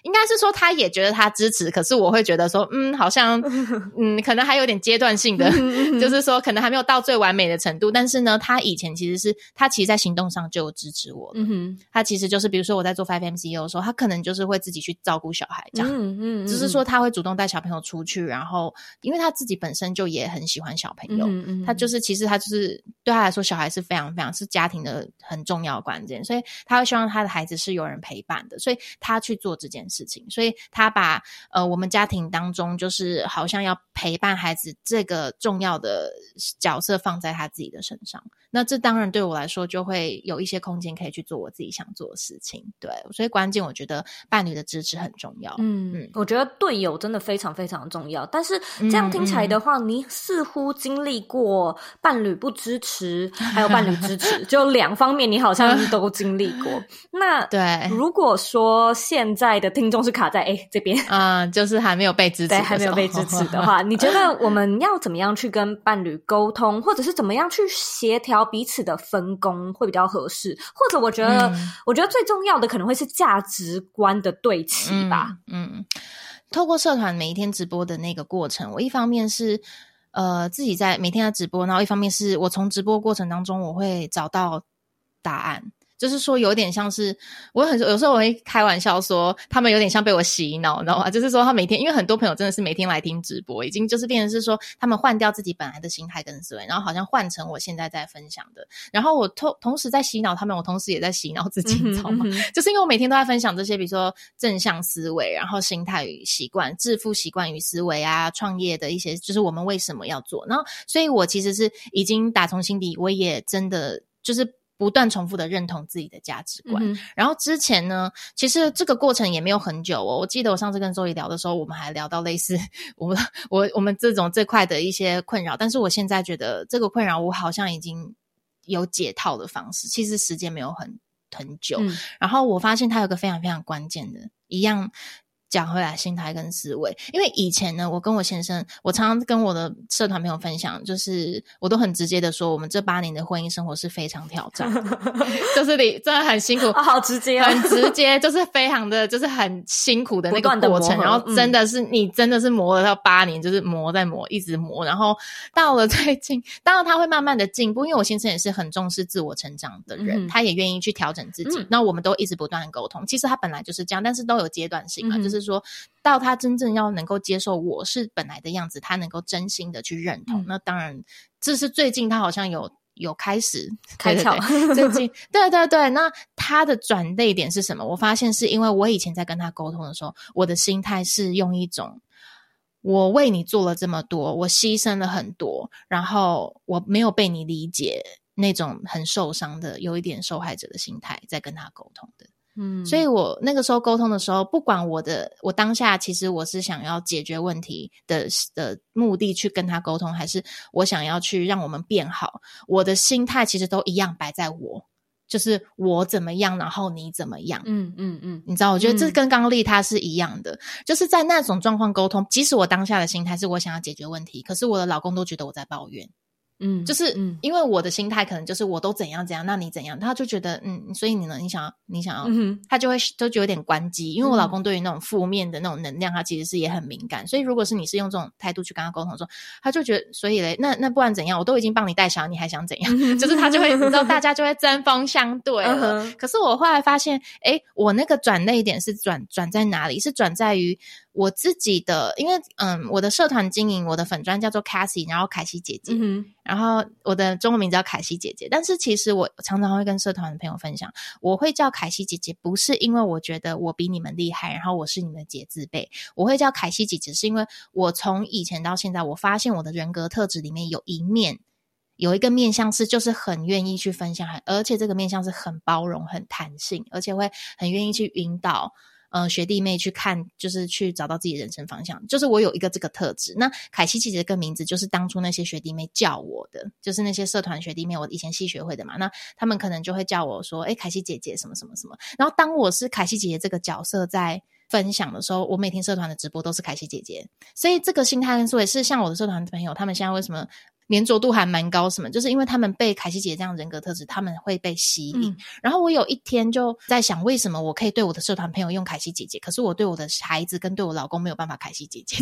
应该是说他也觉得他支持，可是我会觉得说嗯好像嗯可能还有点阶段性的就是说可能还没有到最完美的程度，但是呢他以前其实是他其实在行动上就有支持我了、嗯、哼他其实就是比如说我在做 five M C E O 的时候，他可能就是会自己去照顾小孩这样，嗯嗯嗯，就是说他会主动带小朋友出去，然后因为他自己本身就也很喜欢小朋友，嗯嗯，他就是其实他就是对他来说小孩是非常非常是家庭的很重要的关键，所以他会希望他的孩子是有人陪伴的，所以他去做这件事情，所以他把呃我们家庭当中就是好像要陪伴孩子这个重要的角色放在他自己的身上，那这当然对我来说就会有一些空间可以去做我自己想做的事情，对，所以关键我觉得伴侣的支持很重要。 嗯嗯，我觉得队友真的非常非常重要，但是这样听起来的话、嗯嗯、你似乎经历过伴侣不支持还有伴侣支持就两方面你好像都经历过那对， 如果说现在的听众是卡在诶这边嗯，就是还没有被支持的时候，对， 还没有被支持的话你觉得我们要怎么样去跟伴侣沟通，或者是怎么样去协调彼此的分工会比较合适，或者我觉得、嗯、我觉得最重要的可能会是价值观的对齐吧。 嗯，嗯透过社团每一天直播的那个过程，我一方面是呃自己在每天的直播，然后一方面是我从直播过程当中我会找到答案，就是说有点像是我很有时候我会开玩笑说他们有点像被我洗脑，你知道吗？就是说他每天因为很多朋友真的是每天来听直播，已经就是变成是说他们换掉自己本来的心态跟思维，然后好像换成我现在在分享的，然后我同同时在洗脑他们，我同时也在洗脑自己，你知道吗？就是因为我每天都在分享这些比如说正向思维，然后心态与习惯，致富习惯与思维啊，创业的一些就是我们为什么要做，然后所以我其实是已经打从心底我也真的就是不断重复的认同自己的价值观、嗯、然后之前呢其实这个过程也没有很久哦，我记得我上次跟周怡聊的时候我们还聊到类似我我我们这种这块的一些困扰，但是我现在觉得这个困扰我好像已经有解套的方式，其实时间没有很很久、嗯、然后我发现它有个非常非常关键的一样讲回来心态跟思维，因为以前呢我跟我先生我常常跟我的社团朋友分享，就是我都很直接的说我们这八年的婚姻生活是非常挑战的就是你真的很辛苦、 哦、好直接、啊、 很直接就是非常的就是很辛苦的那个过程，然后真的是、嗯、你真的是磨了到八年，就是磨在磨一直磨，然后到了最近当然他会慢慢的进步，因为我先生也是很重视自我成长的人、嗯、他也愿意去调整自己、嗯、那我们都一直不断的沟通，其实他本来就是这样，但是都有阶段性嘛、嗯、就是说到他真正要能够接受我是本来的样子，他能够真心的去认同、嗯、那当然这是最近他好像有有开始开窍最近对对对，那他的转捩点是什么？我发现是因为我以前在跟他沟通的时候，我的心态是用一种我为你做了这么多，我牺牲了很多，然后我没有被你理解，那种很受伤的有一点受害者的心态在跟他沟通的。嗯，所以我那个时候沟通的时候，不管我的我当下其实我是想要解决问题的的目的去跟他沟通，还是我想要去让我们变好，我的心态其实都一样摆在我，就是我怎么样然后你怎么样。嗯嗯嗯，你知道我觉得这跟刚刚利他是一样的、嗯、就是在那种状况沟通，即使我当下的心态是我想要解决问题，可是我的老公都觉得我在抱怨。嗯，就是因为我的心态可能就是我都怎样怎样，那你怎样，他就觉得嗯，所以你呢，你想要你想要、嗯、他就会就觉得有点关机，因为我老公对于那种负面的那种能量他其实是也很敏感，所以如果是你是用这种态度去跟他沟通的时候，他就觉得所以嘞那那不然怎样，我都已经帮你带小孩你还想怎样、嗯、就是他就会你知道大家就会针锋相对了、嗯、可是我后来发现诶我那个转捩点是转转在哪里，是转在于我自己的，因为嗯，我的社团经营，我的粉专叫做 Cassie， 然后凯西姐姐、嗯、然后我的中文名字叫凯西姐姐，但是其实我常常会跟社团的朋友分享，我会叫凯西姐姐不是因为我觉得我比你们厉害，然后我是你们的姐字辈，我会叫凯西姐姐是因为我从以前到现在我发现我的人格特质里面有一面有一个面向是就是很愿意去分享，而且这个面向是很包容很弹性，而且会很愿意去引导呃，学弟妹去看，就是去找到自己的人生方向，就是我有一个这个特质。那凯西姐姐这个名字就是当初那些学弟妹叫我的，就是那些社团学弟妹，我以前系学会的嘛，那他们可能就会叫我说诶凯西姐姐什么什么什么，然后当我是凯西姐姐这个角色在分享的时候，我每天社团的直播都是凯西姐姐，所以这个心态跟思维是像我的社团的朋友他们现在为什么粘着度还蛮高什么，就是因为他们被凯西姐这样人格特质他们会被吸引、嗯、然后我有一天就在想为什么我可以对我的社团朋友用凯西姐姐，可是我对我的孩子跟对我老公没有办法凯西姐姐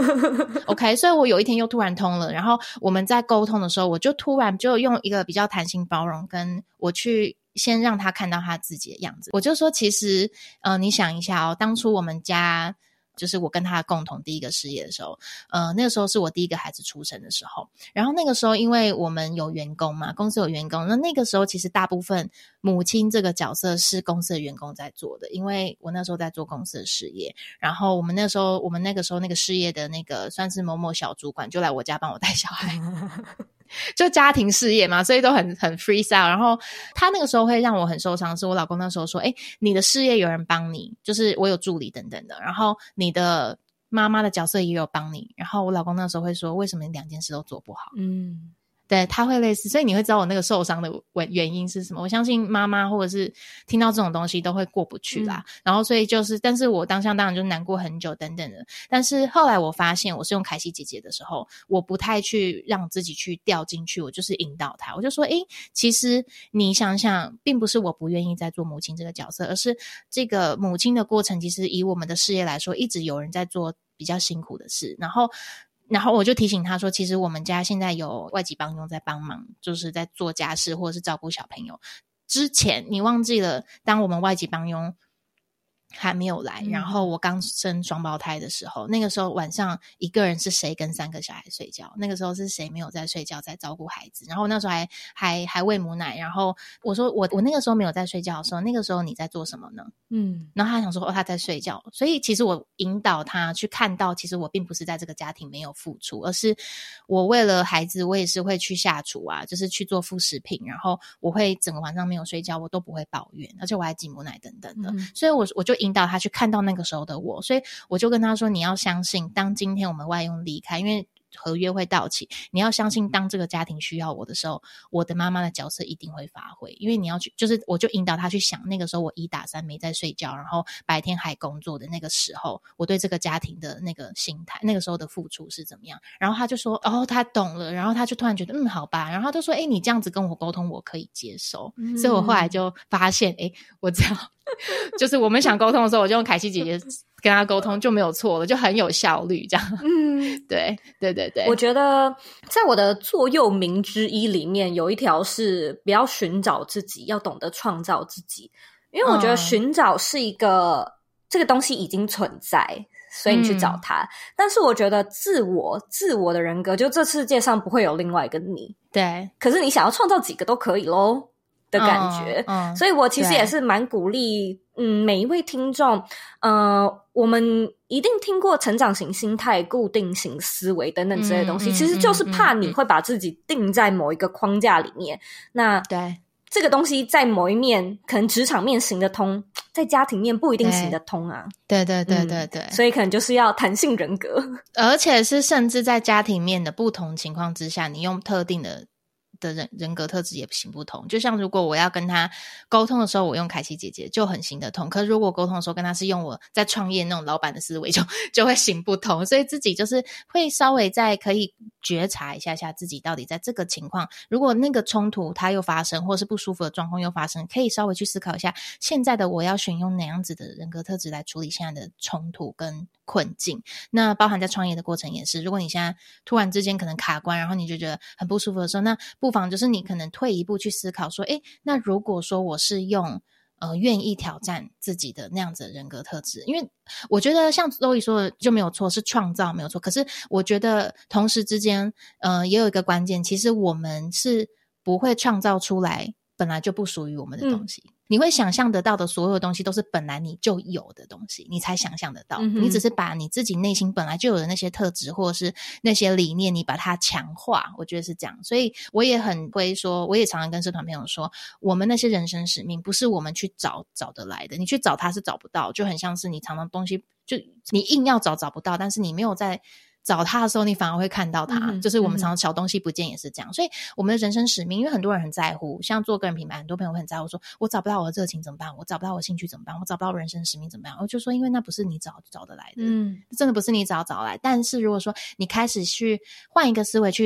OK， 所以我有一天又突然通了，然后我们在沟通的时候我就突然就用一个比较弹性包容跟我去先让他看到他自己的样子，我就说其实呃，你想一下哦，当初我们家就是我跟他共同第一个事业的时候，呃，那个时候是我第一个孩子出生的时候，然后那个时候因为我们有员工嘛，公司有员工，那那个时候其实大部分母亲这个角色是公司的员工在做的，因为我那时候在做公司的事业，然后我们那时候我们那个时候那个事业的那个算是某某小主管就来我家帮我带小孩就家庭事业嘛，所以都很很 freestyle， 然后他那个时候会让我很受伤，是我老公那时候说诶，你的事业有人帮你，就是我有助理等等的，然后你的妈妈的角色也有帮你，然后我老公那时候会说为什么你两件事都做不好，嗯，对，他会类似，所以你会知道我那个受伤的原因是什么。我相信妈妈或者是听到这种东西都会过不去啦、嗯、然后所以就是但是我当下当然就难过很久等等的，但是后来我发现我是用凯西姐姐的时候，我不太去让自己去掉进去，我就是引导她，我就说诶，其实你想想并不是我不愿意在做母亲这个角色，而是这个母亲的过程其实以我们的事业来说一直有人在做比较辛苦的事，然后然后我就提醒他说其实我们家现在有外籍帮佣在帮忙，就是在做家事或者是照顾小朋友，之前你忘记了当我们外籍帮佣还没有来、嗯、然后我刚生双胞胎的时候，那个时候晚上一个人是谁跟三个小孩睡觉，那个时候是谁没有在睡觉在照顾孩子，然后那时候还还还喂母奶，然后我说我我那个时候没有在睡觉的时候，那个时候你在做什么呢？嗯，然后他想说哦他在睡觉，所以其实我引导他去看到其实我并不是在这个家庭没有付出，而是我为了孩子我也是会去下厨啊，就是去做副食品，然后我会整个晚上没有睡觉我都不会抱怨，而且我还挤母奶等等的、嗯、所以我我就引导他去看到那个时候的我，所以我就跟他说你要相信当今天我们外佣离开，因为合约会到期，你要相信当这个家庭需要我的时候，我的妈妈的角色一定会发挥，因为你要去就是我就引导他去想那个时候我一打三没在睡觉，然后白天还工作的那个时候我对这个家庭的那个心态，那个时候的付出是怎么样，然后他就说哦他懂了，然后他就突然觉得嗯好吧，然后他就说诶你这样子跟我沟通我可以接受、嗯、所以我后来就发现诶我这样就是我们想沟通的时候我就用凯西姐姐跟他沟通就没有错了，就很有效率这样。嗯，对对对对， 我觉得在我的座右铭之一里面有一条是不要寻找自己，要懂得创造自己，因为我觉得寻找是一个、嗯、这个东西已经存在所以你去找它、嗯、但是我觉得自我自我的人格就这世界上不会有另外一个你，对，可是你想要创造几个都可以咯的感觉、嗯嗯、所以我其实也是蛮鼓励嗯，每一位听众呃，我们一定听过成长型心态、固定型思维等等之类的东西、嗯、其实就是怕你会把自己定在某一个框架里面、嗯、那对这个东西在某一面可能职场面行得通，在家庭面不一定行得通啊， 对对对对对、嗯、 所以可能就是要弹性人格， 而且是甚至在家庭面的不同情况之下，你用特定的的人人格特质也行不通，就像如果我要跟他沟通的时候我用凯西姐姐就很行得通，可是如果沟通的时候跟他是用我在创业那种老板的思维就就会行不通，所以自己就是会稍微再可以觉察一下下自己到底在这个情况，如果那个冲突它又发生或是不舒服的状况又发生，可以稍微去思考一下现在的我要选用哪样子的人格特质来处理现在的冲突跟困境，那包含在创业的过程也是，如果你现在突然之间可能卡关，然后你就觉得很不舒服的时候，那不妨就是你可能退一步去思考说诶，那如果说我是用呃愿意挑战自己的那样子的人格特质，因为我觉得像Zoe说的就没有错，是创造没有错，可是我觉得同时之间呃也有一个关键，其实我们是不会创造出来本来就不属于我们的东西、嗯，你会想象得到的所有东西都是本来你就有的东西，你才想象得到、嗯、你只是把你自己内心本来就有的那些特质或者是那些理念你把它强化，我觉得是这样。所以我也很会说，我也常常跟社团朋友说，我们那些人生使命不是我们去找找得来的，你去找它是找不到，就很像是你常常东西就你硬要找找不到，但是你没有在找他的时候你反而会看到他、嗯、就是我们常常小东西不见也是这样、嗯、所以我们的人生使命，因为很多人很在乎，像做个人品牌很多朋友会很在乎说我找不到我的热情怎么办，我找不到我的兴趣怎么办，我找不到人生使命怎么办，我就说因为那不是你找找得来的，嗯，真的不是你找找来，但是如果说你开始去换一个思维去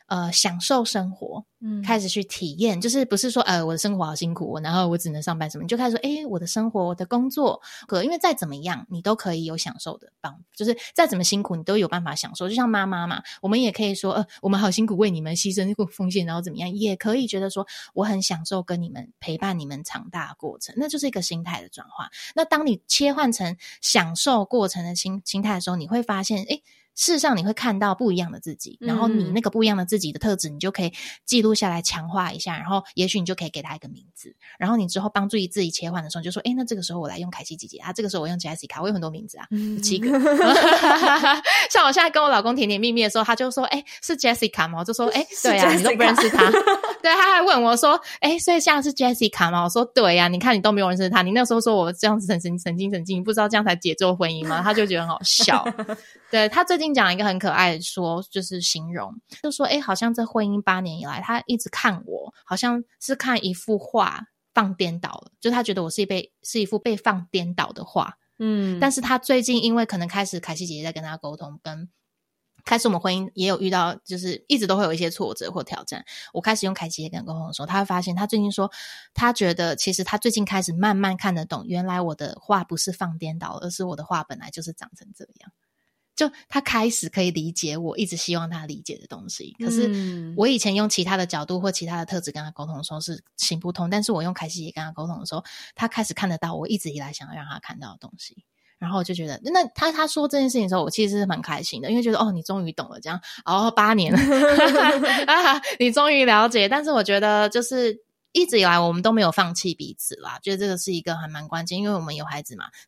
呃享受生活，嗯，开始去体验，就是不是说呃我的生活好辛苦，然后我只能上班什么，你就开始说诶我的生活我的工作，可因为再怎么样你都可以有享受的办法，就是再怎么辛苦你都有办法享受，就像妈妈嘛，我们也可以说呃我们好辛苦为你们牺牲奉献，然后怎么样，也可以觉得说我很享受跟你们陪伴你们长大的过程，那就是一个心态的转换。那当你切换成享受过程的心心态的时候，你会发现诶事实上你会看到不一样的自己，然后你那个不一样的自己的特质你就可以记录下来强化一下，然后也许你就可以给他一个名字，然后你之后帮助自己切换的时候就说诶那这个时候我来用凯西姐姐啊，这个时候我用 Jessica， 我有很多名字啊，有七个像我现在跟我老公甜甜蜜蜜的时候他就说诶是 Jessica 吗？我就说诶对啊，你都不认识他对，他还问我说诶所以现在是 Jessica 吗？我说对啊，你看你都没有认识他，你那时候说我这样子很神神经神经，不知道这样才解救婚姻吗？他就觉得很好笑对，他最近讲一个很可爱的说，就是形容就说诶好像这婚姻八年以来他一直看我好像是看一幅画放颠倒了，就他觉得我是一被是一幅被放颠倒的画，嗯，但是他最近因为可能开始凯西姐姐在跟他沟通，跟开始我们婚姻也有遇到就是一直都会有一些挫折或挑战，我开始用凯西姐姐跟他沟通的时候，他会发现他最近说他觉得其实他最近开始慢慢看得懂，原来我的画不是放颠倒，而是我的画本来就是长成这样，就他开始可以理解我一直希望他理解的东西，可是我以前用其他的角度或其他的特质跟他沟通的时候是行不通，但是我用凯西姐跟他沟通的时候，他开始看得到我一直以来想要让他看到的东西，然后我就觉得那他他说这件事情的时候我其实是蛮开心的，因为觉得哦你终于懂了这样哦八年了啊，你终于了解，但是我觉得就是一直以来我们都没有放弃彼此啦，觉得这个是一个还蛮关键，因为我们有孩子嘛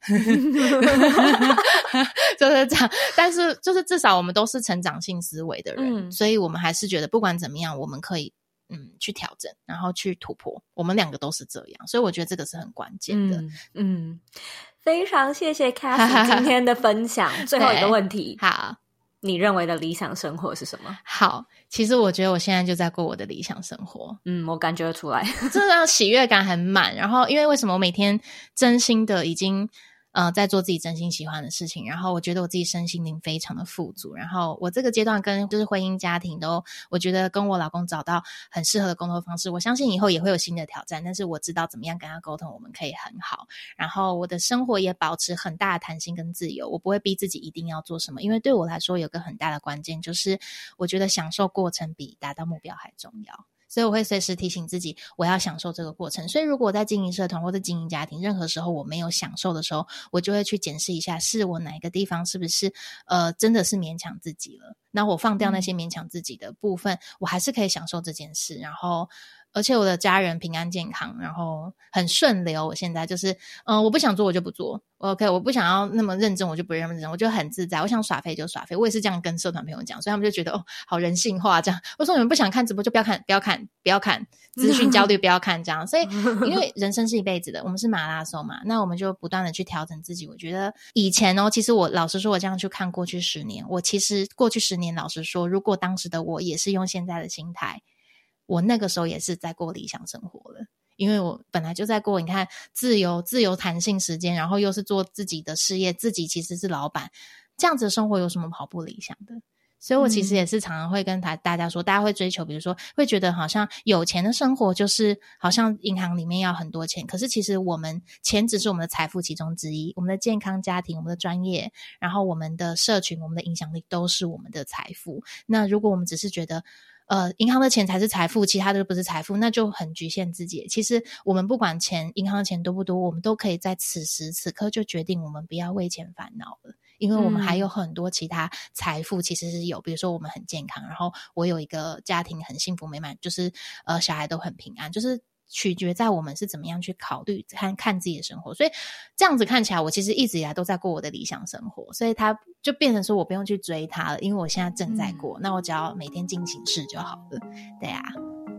就是这样，但是就是至少我们都是成长性思维的人、嗯、所以我们还是觉得不管怎么样我们可以嗯去调整然后去突破，我们两个都是这样，所以我觉得这个是很关键的。嗯, 嗯非常谢谢 Cassie 今天的分享最后一个问题， 好， 你认为的理想生活是什么？ 好，其实我觉得我现在就在过我的理想生活。 嗯，我感觉得出来真的喜悦感很满，然后因为为什么我每天真心的已经呃，在做自己真心喜欢的事情，然后我觉得我自己身心灵非常的富足，然后我这个阶段跟就是婚姻家庭都我觉得跟我老公找到很适合的沟通方式，我相信以后也会有新的挑战，但是我知道怎么样跟他沟通我们可以很好，然后我的生活也保持很大的弹性跟自由，我不会逼自己一定要做什么，因为对我来说有个很大的关键就是我觉得享受过程比达到目标还重要，所以我会随时提醒自己我要享受这个过程，所以如果我在经营社团或者经营家庭任何时候我没有享受的时候，我就会去检视一下是我哪一个地方是不是呃真的是勉强自己了，那我放掉那些勉强自己的部分、嗯、我还是可以享受这件事，然后而且我的家人平安健康，然后很顺流，我现在就是嗯、呃，我不想做我就不做 OK， 我不想要那么认真我就不认真，我就很自在，我想耍废就耍废，我也是这样跟社团朋友讲，所以他们就觉得哦好人性化这样，我说你们不想看直播就不要看不要看不要看资讯焦虑不要看这样，所以因为人生是一辈子的，我们是马拉松嘛，那我们就不断的去调整自己，我觉得以前哦其实我老实说我这样去看过去十年，我其实过去十年老实说如果当时的我也是用现在的心态，我那个时候也是在过理想生活了，因为我本来就在过你看自由自由弹性时间，然后又是做自己的事业，自己其实是老板，这样子的生活有什么好不理想的，所以我其实也是常常会跟大家说、嗯、大家会追求比如说会觉得好像有钱的生活就是好像银行里面要很多钱，可是其实我们钱只是我们的财富其中之一，我们的健康家庭我们的专业然后我们的社群我们的影响力都是我们的财富，那如果我们只是觉得呃，银行的钱才是财富，其他的不是财富，那就很局限自己。其实我们不管钱，银行的钱多不多，我们都可以在此时此刻就决定我们不要为钱烦恼了，因为我们还有很多其他财富其实是有，比如说我们很健康，然后我有一个家庭很幸福美满，就是呃小孩都很平安，就是取决在我们是怎么样去考虑和看自己的生活，所以这样子看起来我其实一直以来都在过我的理想生活，所以它就变成说我不用去追它了，因为我现在正在过、嗯、那我只要每天进行事就好了，对啊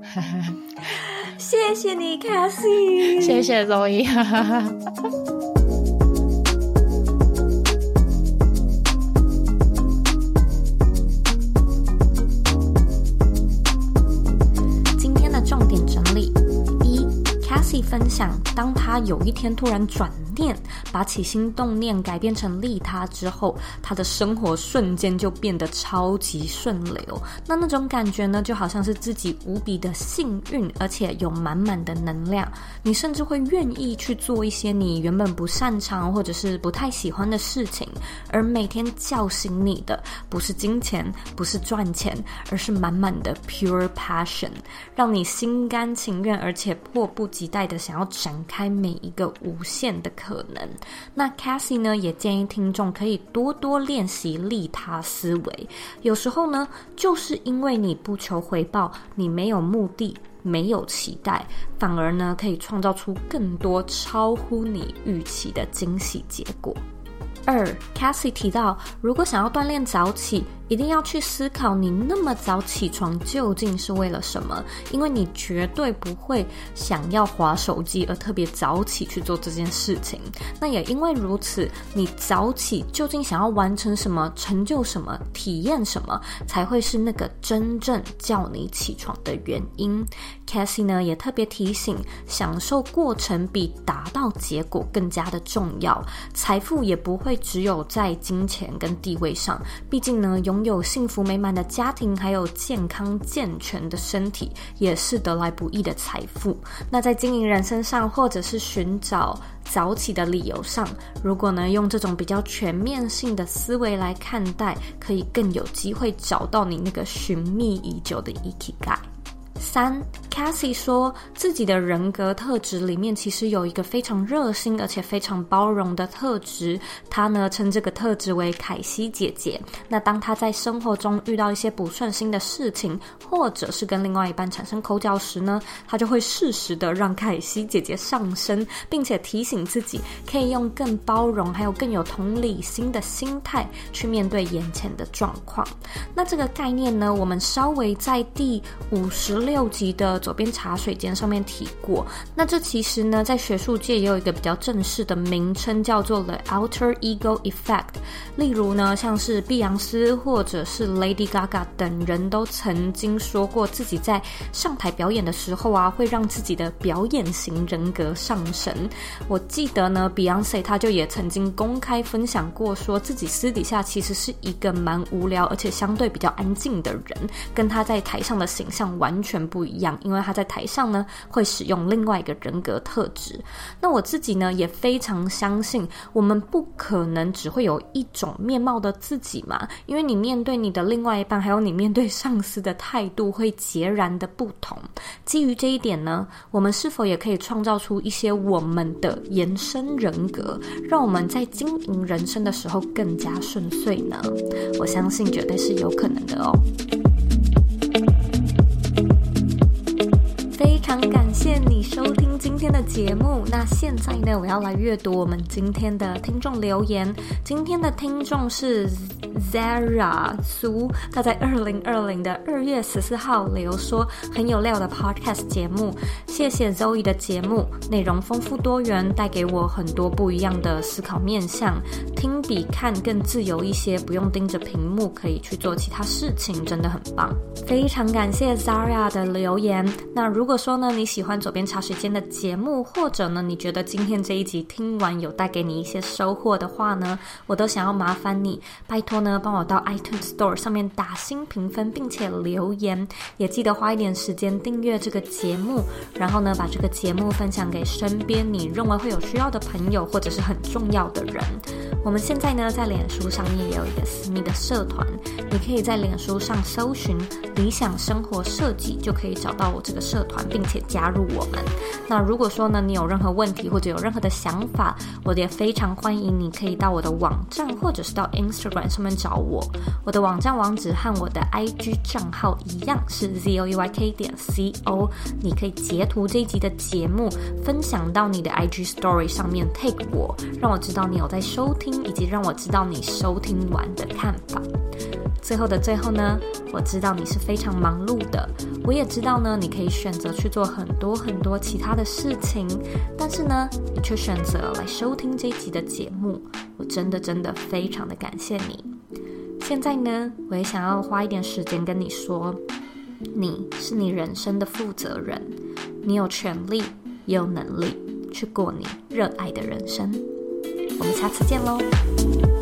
谢谢你 Cassie， 谢谢 Zoe 今天的重点整理，一 Cassie 分享当他有一天突然转念，把起心动念改变成利他之后，他的生活瞬间就变得超级顺流。那那种感觉呢，就好像是自己无比的幸运，而且有满满的能量。你甚至会愿意去做一些你原本不擅长或者是不太喜欢的事情，而每天叫醒你的不是金钱，不是赚钱，而是满满的 pure passion， 让你心甘情愿而且迫不及待的想要展开每一个无限的可能。那 Cassie 呢，也建议听众可以多多练习利他思维。有时候呢，就是因为你不求回报，你没有目的，没有期待，反而呢可以创造出更多超乎你预期的惊喜结果。二 Cassie 提到，如果想要锻炼早起，一定要去思考你那么早起床究竟是为了什么，因为你绝对不会想要滑手机而特别早起去做这件事情。那也因为如此，你早起究竟想要完成什么，成就什么，体验什么，才会是那个真正叫你起床的原因。 Cassie 呢也特别提醒，享受过程比达到结果更加的重要，财富也不会只有在金钱跟地位上，毕竟呢拥有幸福美满的家庭还有健康健全的身体也是得来不易的财富。那在经营人生上，或者是寻找早起的理由上，如果呢用这种比较全面性的思维来看待，可以更有机会找到你那个寻觅已久的 Ikigai。三 Cassie 说，自己的人格特质里面其实有一个非常热心而且非常包容的特质，她呢称这个特质为凯西姐姐。那当她在生活中遇到一些不顺心的事情，或者是跟另外一半产生口角时呢，她就会适时的让凯西姐姐上身，并且提醒自己可以用更包容还有更有同理心的心态去面对眼前的状况。那这个概念呢，我们稍微在第五十六集的左边茶水间上面提过。那这其实呢在学术界也有一个比较正式的名称，叫做 The Alter Ego Effect。 例如呢像是碧昂斯或者是 Lady Gaga 等人都曾经说过，自己在上台表演的时候啊，会让自己的表演型人格上升。我记得呢 Beyonce 她就也曾经公开分享过，说自己私底下其实是一个蛮无聊而且相对比较安静的人，跟她在台上的形象完全不一样，因为他在台上呢会使用另外一个人格特质。那我自己呢也非常相信，我们不可能只会有一种面貌的自己嘛，因为你面对你的另外一半还有你面对上司的态度会截然的不同。基于这一点呢，我们是否也可以创造出一些我们的延伸人格，让我们在经营人生的时候更加顺遂呢？我相信绝对是有可能的哦。非常感谢你收听今天的节目。那现在呢，我要来阅读我们今天的听众留言。今天的听众是 Zara 苏，他在二零二零的二月十四号留说，很有料的 podcast 节目，谢谢 Zoe 的节目，内容丰富多元，带给我很多不一样的思考面向，听比看更自由一些，不用盯着屏幕，可以去做其他事情，真的很棒。非常感谢 Zara 的留言。那如果说呢你喜欢左边茶水间的节目，或者呢你觉得今天这一集听完有带给你一些收获的话呢，我都想要麻烦你拜托呢帮我到 iTunes Store 上面打星评分并且留言，也记得花一点时间订阅这个节目，然后呢把这个节目分享给身边你认为会有需要的朋友或者是很重要的人。我们现在呢在脸书上面也有一个私密的社团，你可以在脸书上搜寻理想生活设计，就可以找到我这个社团并且加入我们。那如果说呢你有任何问题或者有任何的想法，我也非常欢迎你可以到我的网站或者是到 Instagram 上面找我。我的网站网址和我的 I G 账号一样是 zoeyk 点 co， 你可以截图这一集的节目分享到你的 I G Story 上面 tag 我，让我知道你有在收听，以及让我知道你收听完的看法。最后的最后呢，我知道你是非常忙碌的，我也知道呢你可以选择去做很多很多其他的事情，但是呢你却选择来收听这一集的节目，我真的真的非常的感谢你。现在呢我也想要花一点时间跟你说，你是你人生的负责人，你有权利也有能力， 去过你热爱的人生。我们下次见咯。